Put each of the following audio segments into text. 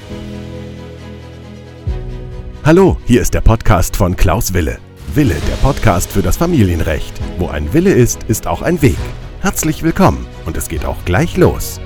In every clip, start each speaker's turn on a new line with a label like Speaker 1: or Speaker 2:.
Speaker 1: Hallo, hier ist der Podcast von Klaus Wille. Wille, der Podcast für das Familienrecht. Wo ein Wille ist, ist auch ein Weg. Herzlich willkommen und es geht auch gleich los.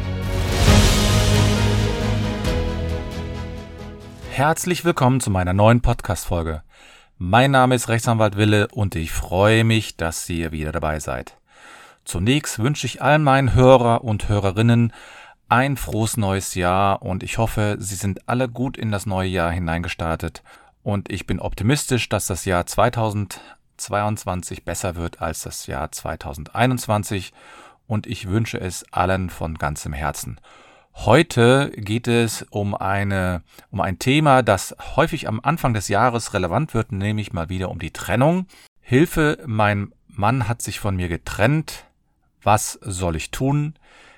Speaker 2: Herzlich willkommen zu meiner neuen Podcast-Folge. Mein Name ist Rechtsanwalt Wille und ich freue mich, dass ihr wieder dabei seid. Zunächst wünsche ich allen meinen Hörer und Hörerinnen ein frohes neues Jahr und ich hoffe, Sie sind alle gut in das neue Jahr hineingestartet. Und ich bin optimistisch, dass das Jahr 2022 besser wird als das Jahr 2021 und ich wünsche es allen von ganzem Herzen. Heute geht es um ein Thema, das häufig am Anfang des Jahres relevant wird, nämlich mal wieder um die Trennung. Hilfe, mein Mann hat sich von mir getrennt. Was soll ich tun?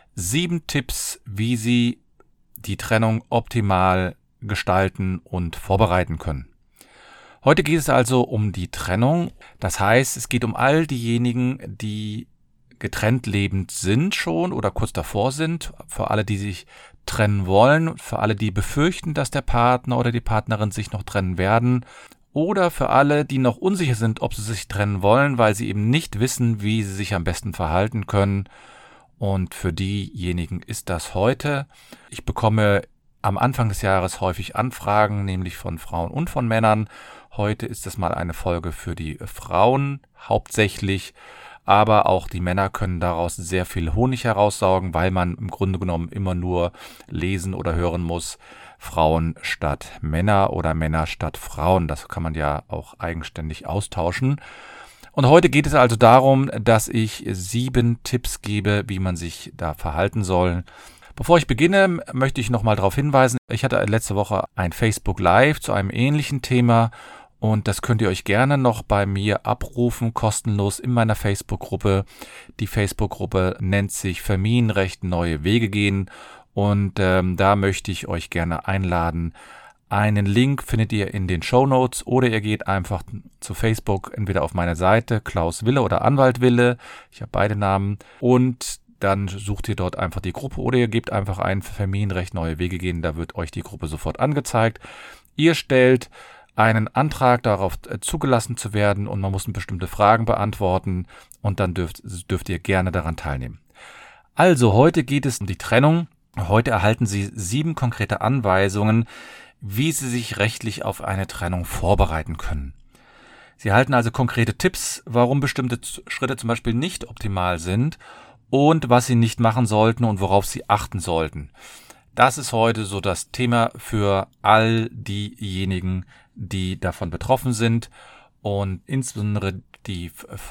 Speaker 2: 7 Tipps, wie Sie die Trennung optimal gestalten und vorbereiten können. Heute geht es also um die Trennung. Das heißt, es geht um all diejenigen, die getrennt lebend sind schon oder kurz davor sind. Für alle, die sich trennen wollen, für alle, die befürchten, dass der Partner oder die Partnerin sich noch trennen werden. Oder für alle, die noch unsicher sind, ob sie sich trennen wollen, weil sie eben nicht wissen, wie sie sich am besten verhalten können. Und für diejenigen ist das heute. Ich bekomme am Anfang des Jahres häufig Anfragen, nämlich von Frauen und von Männern. Heute ist es mal eine Folge für die Frauen hauptsächlich, aber auch die Männer können daraus sehr viel Honig heraussaugen, weil man im Grunde genommen immer nur lesen oder hören muss, Frauen statt Männer oder Männer statt Frauen. Das kann man ja auch eigenständig austauschen. Und heute geht es also darum, dass ich 7 Tipps gebe, wie man sich da verhalten soll. Bevor ich beginne, möchte ich nochmal darauf hinweisen, ich hatte letzte Woche ein Facebook Live zu einem ähnlichen Thema und das könnt ihr euch gerne noch bei mir abrufen, kostenlos in meiner Facebook-Gruppe. Die Facebook-Gruppe nennt sich Familienrecht neue Wege gehen und da möchte ich euch gerne einladen. Einen Link findet ihr in den Shownotes oder ihr geht einfach zu Facebook, entweder auf meine Seite Klaus Wille oder Anwalt Wille, ich habe beide Namen und dann sucht ihr dort einfach die Gruppe oder ihr gebt einfach ein Familienrecht neue Wege gehen, da wird euch die Gruppe sofort angezeigt. Ihr stellt einen Antrag darauf zugelassen zu werden und man muss bestimmte Fragen beantworten und dann dürft ihr gerne daran teilnehmen. Also heute geht es um die Trennung. Heute erhalten Sie 7 konkrete Anweisungen, wie Sie sich rechtlich auf eine Trennung vorbereiten können. Sie erhalten also konkrete Tipps, warum bestimmte Schritte zum Beispiel nicht optimal sind und was Sie nicht machen sollten und worauf Sie achten sollten. Das ist heute so das Thema für all diejenigen, die davon betroffen sind und insbesondere die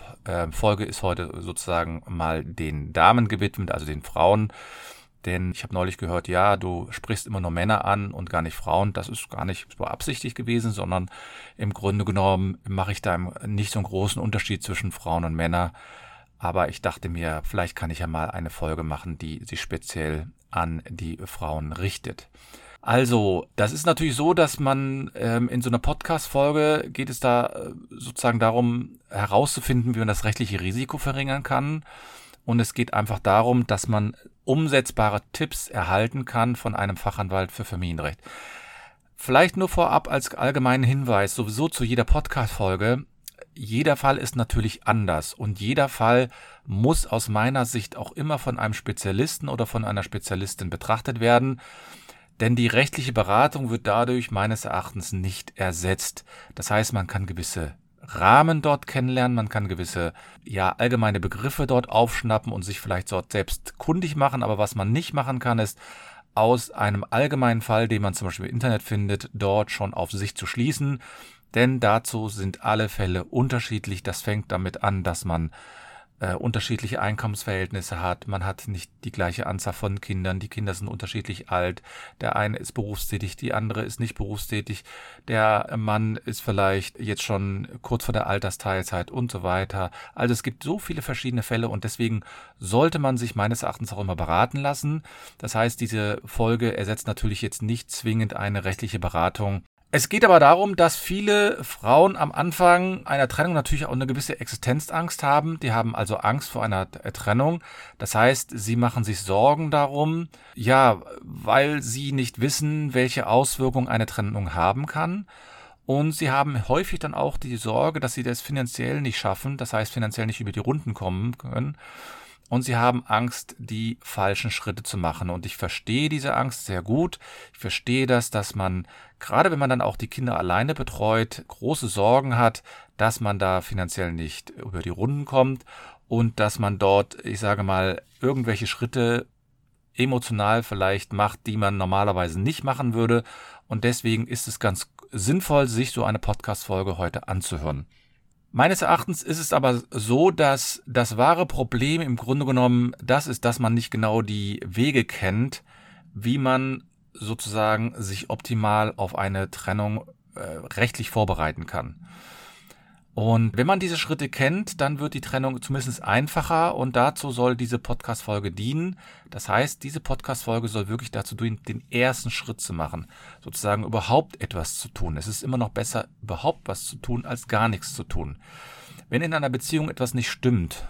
Speaker 2: Folge ist heute sozusagen mal den Damen gewidmet, also den Frauen, denn ich habe neulich gehört, ja, du sprichst immer nur Männer an und gar nicht Frauen. Das ist gar nicht beabsichtigt gewesen, sondern im Grunde genommen mache ich da nicht so einen großen Unterschied zwischen Frauen und Männern. Aber ich dachte mir, vielleicht kann ich ja mal eine Folge machen, die sich speziell an die Frauen richtet. Also, das ist natürlich so, dass man in so einer Podcast-Folge geht es da sozusagen darum, herauszufinden, wie man das rechtliche Risiko verringern kann. Und es geht einfach darum, dass man umsetzbare Tipps erhalten kann von einem Fachanwalt für Familienrecht. Vielleicht nur vorab als allgemeinen Hinweis, sowieso zu jeder Podcast-Folge. Jeder Fall ist natürlich anders und jeder Fall muss aus meiner Sicht auch immer von einem Spezialisten oder von einer Spezialistin betrachtet werden, denn die rechtliche Beratung wird dadurch meines Erachtens nicht ersetzt. Das heißt, man kann gewisse Rahmen dort kennenlernen, man kann gewisse allgemeine Begriffe dort aufschnappen und sich vielleicht dort selbst kundig machen, aber was man nicht machen kann, ist aus einem allgemeinen Fall, den man zum Beispiel im Internet findet, dort schon auf sich zu schließen. Denn dazu sind alle Fälle unterschiedlich. Das fängt damit an, dass man unterschiedliche Einkommensverhältnisse hat. Man hat nicht die gleiche Anzahl von Kindern. Die Kinder sind unterschiedlich alt. Der eine ist berufstätig, die andere ist nicht berufstätig. Der Mann ist vielleicht jetzt schon kurz vor der Altersteilzeit und so weiter. Also es gibt so viele verschiedene Fälle und deswegen sollte man sich meines Erachtens auch immer beraten lassen. Das heißt, diese Folge ersetzt natürlich jetzt nicht zwingend eine rechtliche Beratung, Es geht aber darum, dass viele Frauen am Anfang einer Trennung natürlich auch eine gewisse Existenzangst haben. Die haben also Angst vor einer Trennung. Das heißt, sie machen sich Sorgen darum, ja, weil sie nicht wissen, welche Auswirkungen eine Trennung haben kann. Und sie haben häufig dann auch die Sorge, dass sie das finanziell nicht schaffen, das heißt finanziell nicht über die Runden kommen können. Und sie haben Angst, die falschen Schritte zu machen. Und ich verstehe diese Angst sehr gut. Ich verstehe das, dass man, gerade wenn man dann auch die Kinder alleine betreut, große Sorgen hat, dass man da finanziell nicht über die Runden kommt und dass man dort, ich sage mal, irgendwelche Schritte emotional vielleicht macht, die man normalerweise nicht machen würde. Und deswegen ist es ganz sinnvoll, sich so eine Podcast-Folge heute anzuhören. Meines Erachtens ist es aber so, dass das wahre Problem im Grunde genommen das ist, dass man nicht genau die Wege kennt, wie man sozusagen sich optimal auf eine Trennung rechtlich vorbereiten kann. Und wenn man diese Schritte kennt, dann wird die Trennung zumindest einfacher und dazu soll diese Podcast-Folge dienen. Das heißt, diese Podcast-Folge soll wirklich dazu dienen, den ersten Schritt zu machen, sozusagen überhaupt etwas zu tun. Es ist immer noch besser, überhaupt was zu tun, als gar nichts zu tun. Wenn in einer Beziehung etwas nicht stimmt,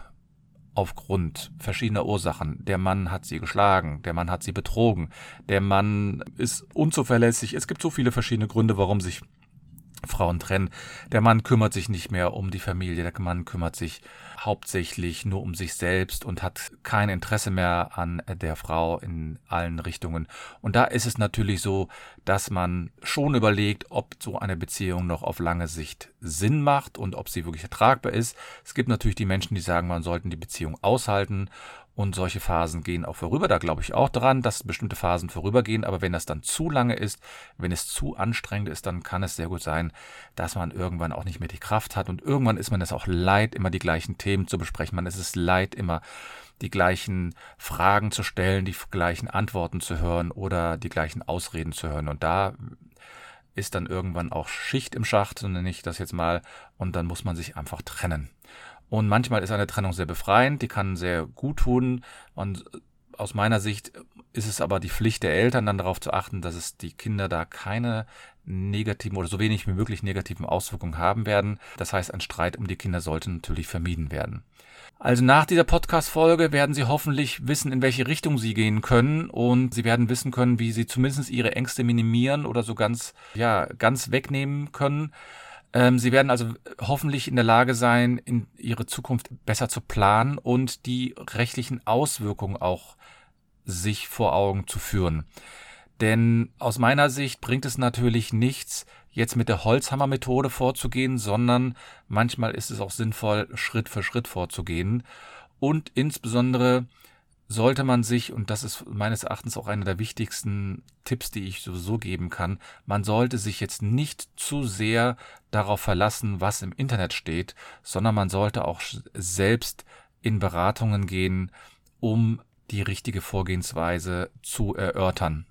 Speaker 2: aufgrund verschiedener Ursachen, der Mann hat sie geschlagen, der Mann hat sie betrogen, der Mann ist unzuverlässig, es gibt so viele verschiedene Gründe, warum sich Frauen trennen. Der Mann kümmert sich nicht mehr um die Familie, der Mann kümmert sich hauptsächlich nur um sich selbst und hat kein Interesse mehr an der Frau in allen Richtungen. Und da ist es natürlich so, dass man schon überlegt, ob so eine Beziehung noch auf lange Sicht Sinn macht und ob sie wirklich ertragbar ist. Es gibt natürlich die Menschen, die sagen, man sollte die Beziehung aushalten. Und solche Phasen gehen auch vorüber. Da glaube ich auch dran, dass bestimmte Phasen vorübergehen. Aber wenn das dann zu lange ist, wenn es zu anstrengend ist, dann kann es sehr gut sein, dass man irgendwann auch nicht mehr die Kraft hat. Und irgendwann ist man es auch leid, immer die gleichen Themen zu besprechen. Man ist es leid, immer die gleichen Fragen zu stellen, die gleichen Antworten zu hören oder die gleichen Ausreden zu hören. Und da ist dann irgendwann auch Schicht im Schacht, so nenne ich das jetzt mal. Und dann muss man sich einfach trennen. Und manchmal ist eine Trennung sehr befreiend, die kann sehr gut tun. Und aus meiner Sicht ist es aber die Pflicht der Eltern, dann darauf zu achten, dass es die Kinder da keine negativen oder so wenig wie möglich negativen Auswirkungen haben werden. Das heißt, ein Streit um die Kinder sollte natürlich vermieden werden. Also nach dieser Podcast-Folge werden Sie hoffentlich wissen, in welche Richtung Sie gehen können. Und Sie werden wissen können, wie Sie zumindest Ihre Ängste minimieren oder so ganz wegnehmen können. Sie werden also hoffentlich in der Lage sein, in ihre Zukunft besser zu planen und die rechtlichen Auswirkungen auch sich vor Augen zu führen. Denn aus meiner Sicht bringt es natürlich nichts, jetzt mit der Holzhammer-Methode vorzugehen, sondern manchmal ist es auch sinnvoll, Schritt für Schritt vorzugehen. Und insbesondere sollte man sich, und das ist meines Erachtens auch einer der wichtigsten Tipps, die ich sowieso geben kann, man sollte sich jetzt nicht zu sehr darauf verlassen, was im Internet steht, sondern man sollte auch selbst in Beratungen gehen, um die richtige Vorgehensweise zu erörtern.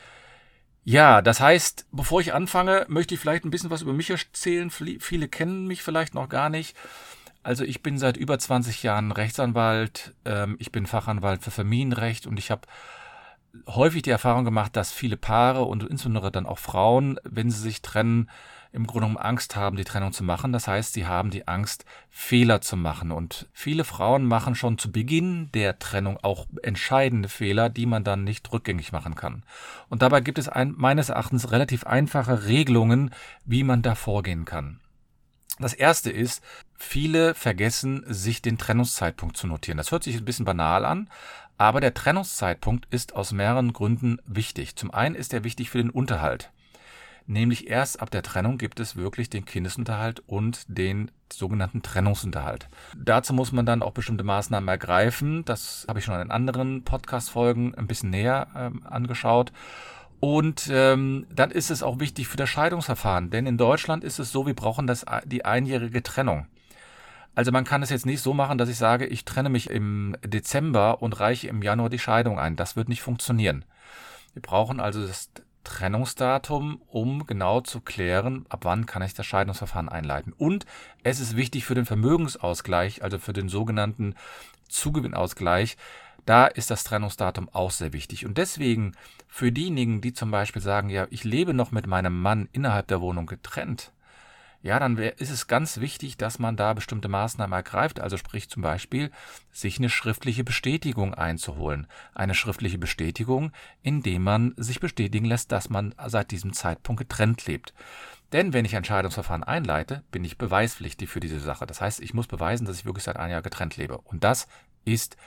Speaker 2: Ja, das heißt, bevor ich anfange, möchte ich vielleicht ein bisschen was über mich erzählen. Viele kennen mich vielleicht noch gar nicht. Also ich bin seit über 20 Jahren Rechtsanwalt, ich bin Fachanwalt für Familienrecht und ich habe häufig die Erfahrung gemacht, dass viele Paare und insbesondere dann auch Frauen, wenn sie sich trennen, im Grunde genommen Angst haben, die Trennung zu machen. Das heißt, sie haben die Angst, Fehler zu machen. Und viele Frauen machen schon zu Beginn der Trennung auch entscheidende Fehler, die man dann nicht rückgängig machen kann. Und dabei gibt es meines Erachtens relativ einfache Regelungen, wie man da vorgehen kann. Das erste ist, viele vergessen, sich den Trennungszeitpunkt zu notieren. Das hört sich ein bisschen banal an, aber der Trennungszeitpunkt ist aus mehreren Gründen wichtig. Zum einen ist er wichtig für den Unterhalt. Nämlich erst ab der Trennung gibt es wirklich den Kindesunterhalt und den sogenannten Trennungsunterhalt. Dazu muss man dann auch bestimmte Maßnahmen ergreifen. Das habe ich schon in anderen Podcast-Folgen ein bisschen näher angeschaut. Und dann ist es auch wichtig für das Scheidungsverfahren, denn in Deutschland ist es so, wir brauchen die einjährige Trennung. Also man kann es jetzt nicht so machen, dass ich sage, ich trenne mich im Dezember und reiche im Januar die Scheidung ein. Das wird nicht funktionieren. Wir brauchen also das Trennungsdatum, um genau zu klären, ab wann kann ich das Scheidungsverfahren einleiten. Und es ist wichtig für den Vermögensausgleich, also für den sogenannten Zugewinnausgleich, da ist das Trennungsdatum auch sehr wichtig. Und deswegen für diejenigen, die zum Beispiel sagen, ja, ich lebe noch mit meinem Mann innerhalb der Wohnung getrennt, ja, dann ist es ganz wichtig, dass man da bestimmte Maßnahmen ergreift, also sprich zum Beispiel, sich eine schriftliche Bestätigung einzuholen. Eine schriftliche Bestätigung, indem man sich bestätigen lässt, dass man seit diesem Zeitpunkt getrennt lebt. Denn wenn ich ein Scheidungsverfahren einleite, bin ich beweispflichtig für diese Sache. Das heißt, ich muss beweisen, dass ich wirklich seit einem Jahr getrennt lebe. Und das ist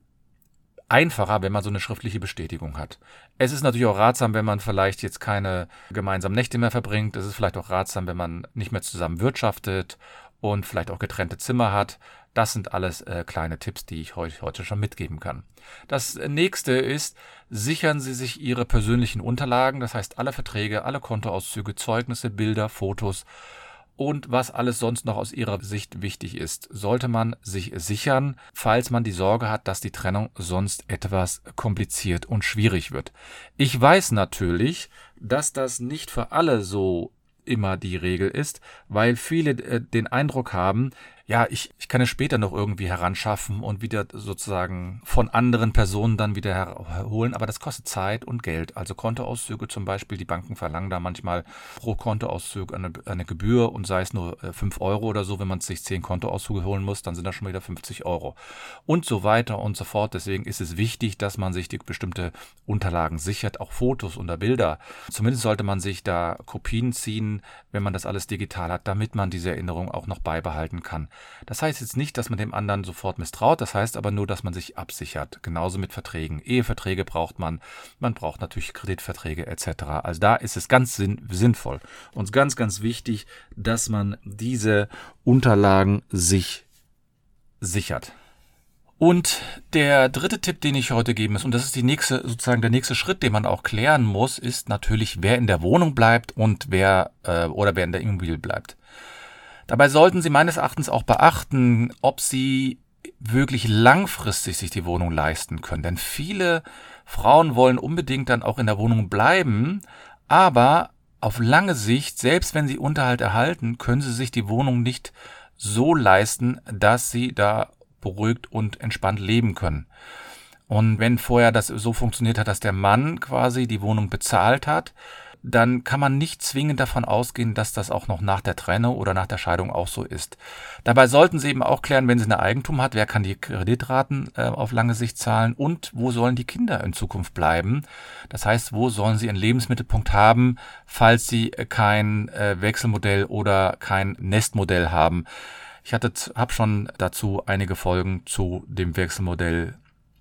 Speaker 2: einfacher, wenn man so eine schriftliche Bestätigung hat. Es ist natürlich auch ratsam, wenn man vielleicht jetzt keine gemeinsamen Nächte mehr verbringt. Es ist vielleicht auch ratsam, wenn man nicht mehr zusammen wirtschaftet und vielleicht auch getrennte Zimmer hat. Das sind alles kleine Tipps, die ich heute schon mitgeben kann. Das nächste ist, sichern Sie sich Ihre persönlichen Unterlagen, das heißt alle Verträge, alle Kontoauszüge, Zeugnisse, Bilder, Fotos und was alles sonst noch aus Ihrer Sicht wichtig ist, sollte man sich sichern, falls man die Sorge hat, dass die Trennung sonst etwas kompliziert und schwierig wird. Ich weiß natürlich, dass das nicht für alle so immer die Regel ist, weil viele den Eindruck haben, ja, ich kann es später noch irgendwie heranschaffen und wieder sozusagen von anderen Personen dann wieder herholen, aber das kostet Zeit und Geld. Also Kontoauszüge zum Beispiel, die Banken verlangen da manchmal pro Kontoauszug eine Gebühr und sei es nur 5 Euro oder so, wenn man sich 10 Kontoauszüge holen muss, dann sind das schon wieder 50 Euro und so weiter und so fort. Deswegen ist es wichtig, dass man sich die bestimmte Unterlagen sichert, auch Fotos oder Bilder. Zumindest sollte man sich da Kopien ziehen, wenn man das alles digital hat, damit man diese Erinnerung auch noch beibehalten kann. Das heißt jetzt nicht, dass man dem anderen sofort misstraut, das heißt aber nur, dass man sich absichert. Genauso mit Verträgen. Eheverträge braucht man braucht natürlich Kreditverträge etc. Also da ist es ganz sinnvoll und ganz, ganz wichtig, dass man diese Unterlagen sich sichert. Und der dritte Tipp, den ich heute geben muss, und das ist der nächste Schritt, den man auch klären muss, ist natürlich, wer in der Wohnung bleibt und wer in der Immobilie bleibt. Dabei sollten Sie meines Erachtens auch beachten, ob Sie wirklich langfristig sich die Wohnung leisten können. Denn viele Frauen wollen unbedingt dann auch in der Wohnung bleiben, aber auf lange Sicht, selbst wenn sie Unterhalt erhalten, können sie sich die Wohnung nicht so leisten, dass sie da beruhigt und entspannt leben können. Und wenn vorher das so funktioniert hat, dass der Mann quasi die Wohnung bezahlt hat, dann kann man nicht zwingend davon ausgehen, dass das auch noch nach der Trennung oder nach der Scheidung auch so ist. Dabei sollten Sie eben auch klären, wenn sie ein Eigentum hat, wer kann die Kreditraten auf lange Sicht zahlen und wo sollen die Kinder in Zukunft bleiben. Das heißt, wo sollen sie ihren Lebensmittelpunkt haben, falls sie kein Wechselmodell oder kein Nestmodell haben. Ich habe schon dazu einige Folgen zu dem Wechselmodell,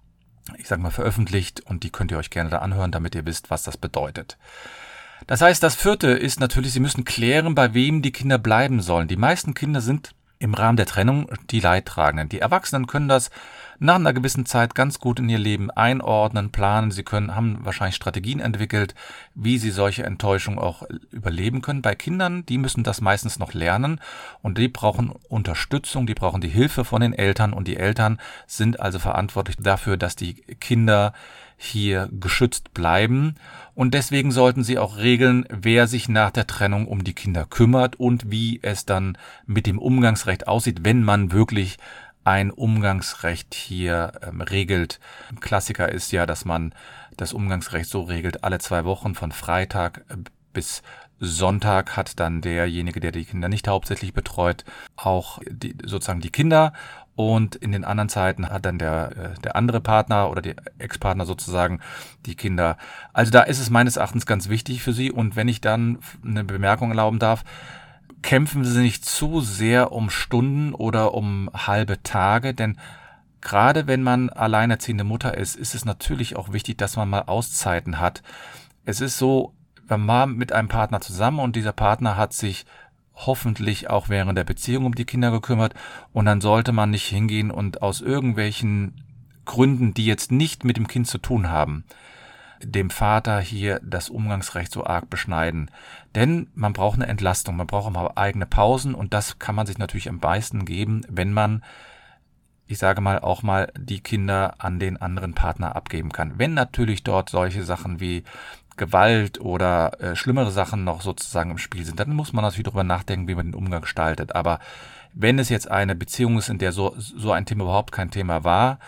Speaker 2: veröffentlicht und die könnt ihr euch gerne da anhören, damit ihr wisst, was das bedeutet. Das heißt, das vierte ist natürlich, Sie müssen klären, bei wem die Kinder bleiben sollen. Die meisten Kinder sind im Rahmen der Trennung die Leidtragenden. Die Erwachsenen können das nach einer gewissen Zeit ganz gut in ihr Leben einordnen, planen. Sie haben wahrscheinlich Strategien entwickelt, wie sie solche Enttäuschungen auch überleben können. Bei Kindern, die müssen das meistens noch lernen und die brauchen Unterstützung, die brauchen die Hilfe von den Eltern und die Eltern sind also verantwortlich dafür, dass die Kinder hier geschützt bleiben und deswegen sollten sie auch regeln, wer sich nach der Trennung um die Kinder kümmert und wie es dann mit dem Umgangsrecht aussieht, wenn man wirklich ein Umgangsrecht hier regelt. Ein Klassiker ist ja, dass man das Umgangsrecht so regelt, alle 2 Wochen von Freitag bis Sonntag hat dann derjenige, der die Kinder nicht hauptsächlich betreut, auch die Kinder. Und in den anderen Zeiten hat dann der andere Partner oder der Ex-Partner sozusagen die Kinder. Also da ist es meines Erachtens ganz wichtig für Sie. Und wenn ich dann eine Bemerkung erlauben darf, kämpfen Sie nicht zu sehr um Stunden oder um halbe Tage, denn gerade wenn man alleinerziehende Mutter ist, ist es natürlich auch wichtig, dass man mal Auszeiten hat. Es ist so, man war mit einem Partner zusammen und dieser Partner hat sich hoffentlich auch während der Beziehung um die Kinder gekümmert und dann sollte man nicht hingehen und aus irgendwelchen Gründen, die jetzt nicht mit dem Kind zu tun haben, dem Vater hier das Umgangsrecht so arg beschneiden. Denn man braucht eine Entlastung, man braucht mal eigene Pausen und das kann man sich natürlich am meisten geben, wenn man, auch mal die Kinder an den anderen Partner abgeben kann. Wenn natürlich dort solche Sachen wie Gewalt oder schlimmere Sachen noch sozusagen im Spiel sind, dann muss man natürlich darüber nachdenken, wie man den Umgang gestaltet. Aber wenn es jetzt eine Beziehung ist, in der so ein Thema überhaupt kein Thema war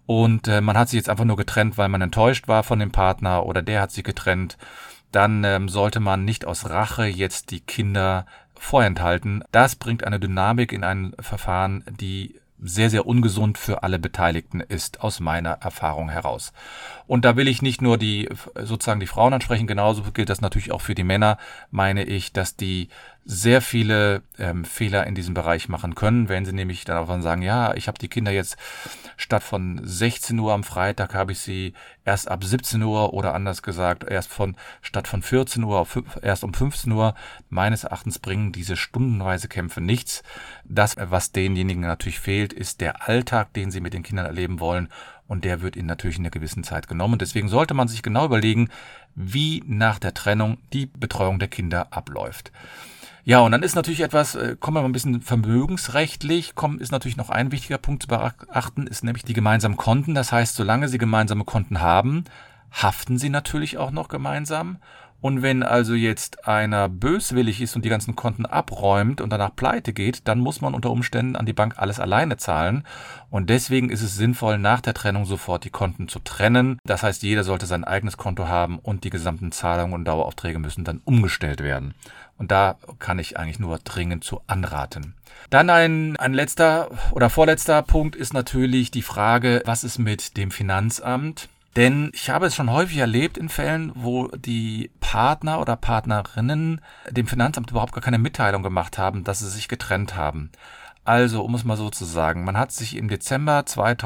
Speaker 2: und man hat sich jetzt einfach nur getrennt, weil man enttäuscht war von dem Partner oder der hat sich getrennt, dann sollte man nicht aus Rache jetzt die Kinder vorenthalten. Das bringt eine Dynamik in ein Verfahren, die sehr, sehr ungesund für alle Beteiligten ist, aus meiner Erfahrung heraus. Und da will ich nicht nur die Frauen ansprechen, genauso gilt das natürlich auch für die Männer, meine ich, dass die sehr viele Fehler in diesem Bereich machen können, wenn sie nämlich dann sagen, ja, ich habe die Kinder jetzt statt von 16 Uhr am Freitag habe ich sie erst ab 17 Uhr oder anders gesagt, statt von 14 Uhr erst um 15 Uhr. Meines Erachtens bringen diese stundenweise Kämpfe nichts. Das, was denjenigen natürlich fehlt, ist der Alltag, den sie mit den Kindern erleben wollen. Und der wird ihnen natürlich in einer gewissen Zeit genommen. Deswegen sollte man sich genau überlegen, wie nach der Trennung die Betreuung der Kinder abläuft. Ja, und dann ist natürlich kommen wir mal ein bisschen vermögensrechtlich, ist natürlich noch ein wichtiger Punkt zu beachten, ist nämlich die gemeinsamen Konten. Das heißt, solange Sie gemeinsame Konten haben, haften Sie natürlich auch noch gemeinsam. Und wenn also jetzt einer böswillig ist und die ganzen Konten abräumt und danach pleite geht, dann muss man unter Umständen an die Bank alles alleine zahlen. Und deswegen ist es sinnvoll, nach der Trennung sofort die Konten zu trennen. Das heißt, jeder sollte sein eigenes Konto haben und die gesamten Zahlungen und Daueraufträge müssen dann umgestellt werden. Und da kann ich eigentlich nur dringend zu anraten. Dann ein letzter oder vorletzter Punkt ist natürlich die Frage, was ist mit dem Finanzamt? Denn ich habe es schon häufig erlebt in Fällen, wo die Partner oder Partnerinnen dem Finanzamt überhaupt gar keine Mitteilung gemacht haben, dass sie sich getrennt haben. Also, um es mal so zu sagen, man hat sich im Dezember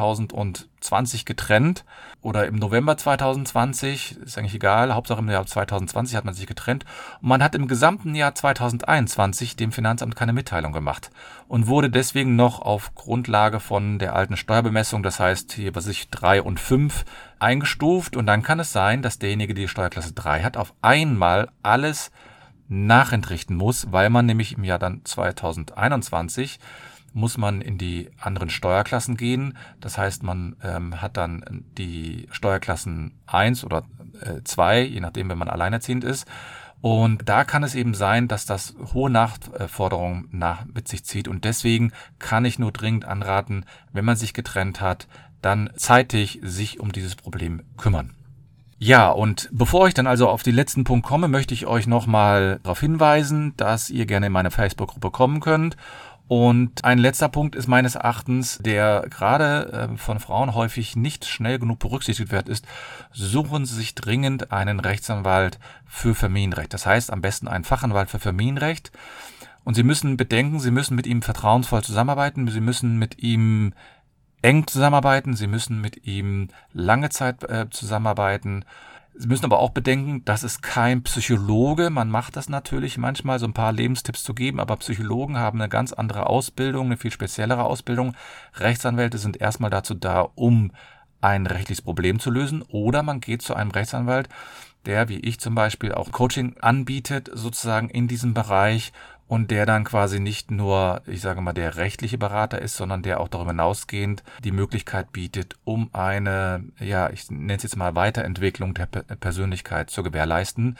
Speaker 2: 2020 getrennt oder im November 2020, ist eigentlich egal, Hauptsache im Jahr 2020 hat man sich getrennt und man hat im gesamten Jahr 2021 dem Finanzamt keine Mitteilung gemacht und wurde deswegen noch auf Grundlage von der alten Steuerbemessung, das heißt hier 3 und 5, eingestuft und dann kann es sein, dass derjenige, der die Steuerklasse 3 hat, auf einmal alles nachentrichten muss, weil man nämlich im Jahr dann 2021 muss man in die anderen Steuerklassen gehen. Das heißt, man hat dann die Steuerklassen 1 oder 2, je nachdem, wenn man alleinerziehend ist. Und da kann es eben sein, dass das hohe Nachforderungen mit sich zieht. Und deswegen kann ich nur dringend anraten, wenn man sich getrennt hat, dann zeitig sich um dieses Problem kümmern. Ja, und bevor ich dann also auf den letzten Punkt komme, möchte ich euch nochmal darauf hinweisen, dass ihr gerne in meine Facebook-Gruppe kommen könnt. Und ein letzter Punkt ist meines Erachtens, der gerade von Frauen häufig nicht schnell genug berücksichtigt wird, ist, suchen Sie sich dringend einen Rechtsanwalt für Familienrecht. Das heißt, am besten einen Fachanwalt für Familienrecht. Und Sie müssen bedenken, Sie müssen mit ihm vertrauensvoll zusammenarbeiten, Sie müssen mit ihm eng zusammenarbeiten, Sie müssen mit ihm lange Zeit zusammenarbeiten. Sie müssen aber auch bedenken, das ist kein Psychologe. Man macht das natürlich manchmal, so ein paar Lebenstipps zu geben, aber Psychologen haben eine ganz andere Ausbildung, eine viel speziellere Ausbildung. Rechtsanwälte sind erstmal dazu da, um ein rechtliches Problem zu lösen. Oder man geht zu einem Rechtsanwalt, der, wie ich zum Beispiel, auch Coaching anbietet, sozusagen in diesem Bereich und der dann quasi nicht nur, ich sage mal, der rechtliche Berater ist, sondern der auch darüber hinausgehend die Möglichkeit bietet, um eine, ja, ich nenne es jetzt mal Weiterentwicklung der Persönlichkeit zu gewährleisten.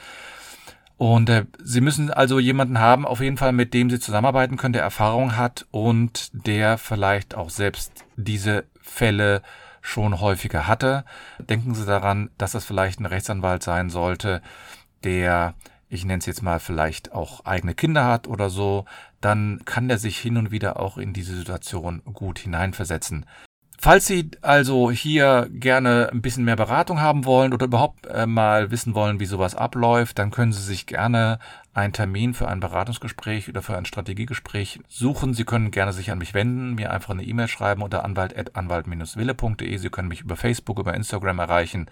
Speaker 2: Und Sie müssen also jemanden haben, auf jeden Fall, mit dem Sie zusammenarbeiten können, der Erfahrung hat und der vielleicht auch selbst diese Fälle schon häufiger hatte. Denken Sie daran, dass das vielleicht ein Rechtsanwalt sein sollte, der, ich nenne es jetzt mal, vielleicht auch eigene Kinder hat oder so, dann kann der sich hin und wieder auch in diese Situation gut hineinversetzen. Falls Sie also hier gerne ein bisschen mehr Beratung haben wollen oder überhaupt mal wissen wollen, wie sowas abläuft, dann können Sie sich gerne einen Termin für ein Beratungsgespräch oder für ein Strategiegespräch suchen. Sie können gerne sich an mich wenden, mir einfach eine E-Mail schreiben unter anwalt@anwalt-wille.de. Sie können mich über Facebook, über Instagram erreichen.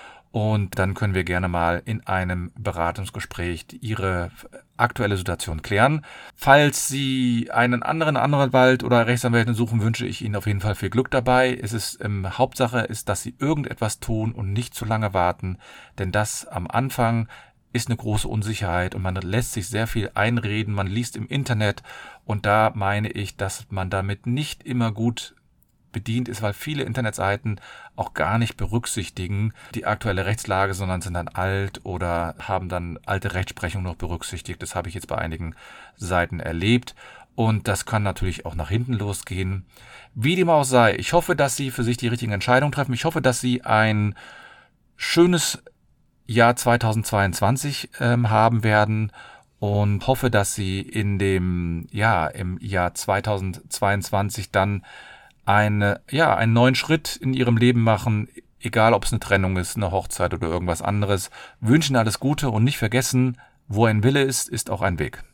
Speaker 2: Und dann können wir gerne mal in einem Beratungsgespräch Ihre aktuelle Situation klären. Falls Sie einen anderen Anwalt oder Rechtsanwältin suchen, wünsche ich Ihnen auf jeden Fall viel Glück dabei. Hauptsache ist, dass Sie irgendetwas tun und nicht zu lange warten, denn das am Anfang ist eine große Unsicherheit und man lässt sich sehr viel einreden, man liest im Internet und da meine ich, dass man damit nicht immer gut bedient ist, weil viele Internetseiten auch gar nicht berücksichtigen die aktuelle Rechtslage, sondern sind dann alt oder haben dann alte Rechtsprechung noch berücksichtigt. Das habe ich jetzt bei einigen Seiten erlebt. Und das kann natürlich auch nach hinten losgehen. Wie dem auch sei, ich hoffe, dass Sie für sich die richtigen Entscheidungen treffen. Ich hoffe, dass Sie ein schönes Jahr 2022 haben werden und hoffe, dass Sie im Jahr 2022 dann einen neuen Schritt in Ihrem Leben machen, egal ob es eine Trennung ist, eine Hochzeit oder irgendwas anderes. Wünschen alles Gute und nicht vergessen, wo ein Wille ist, ist auch ein Weg.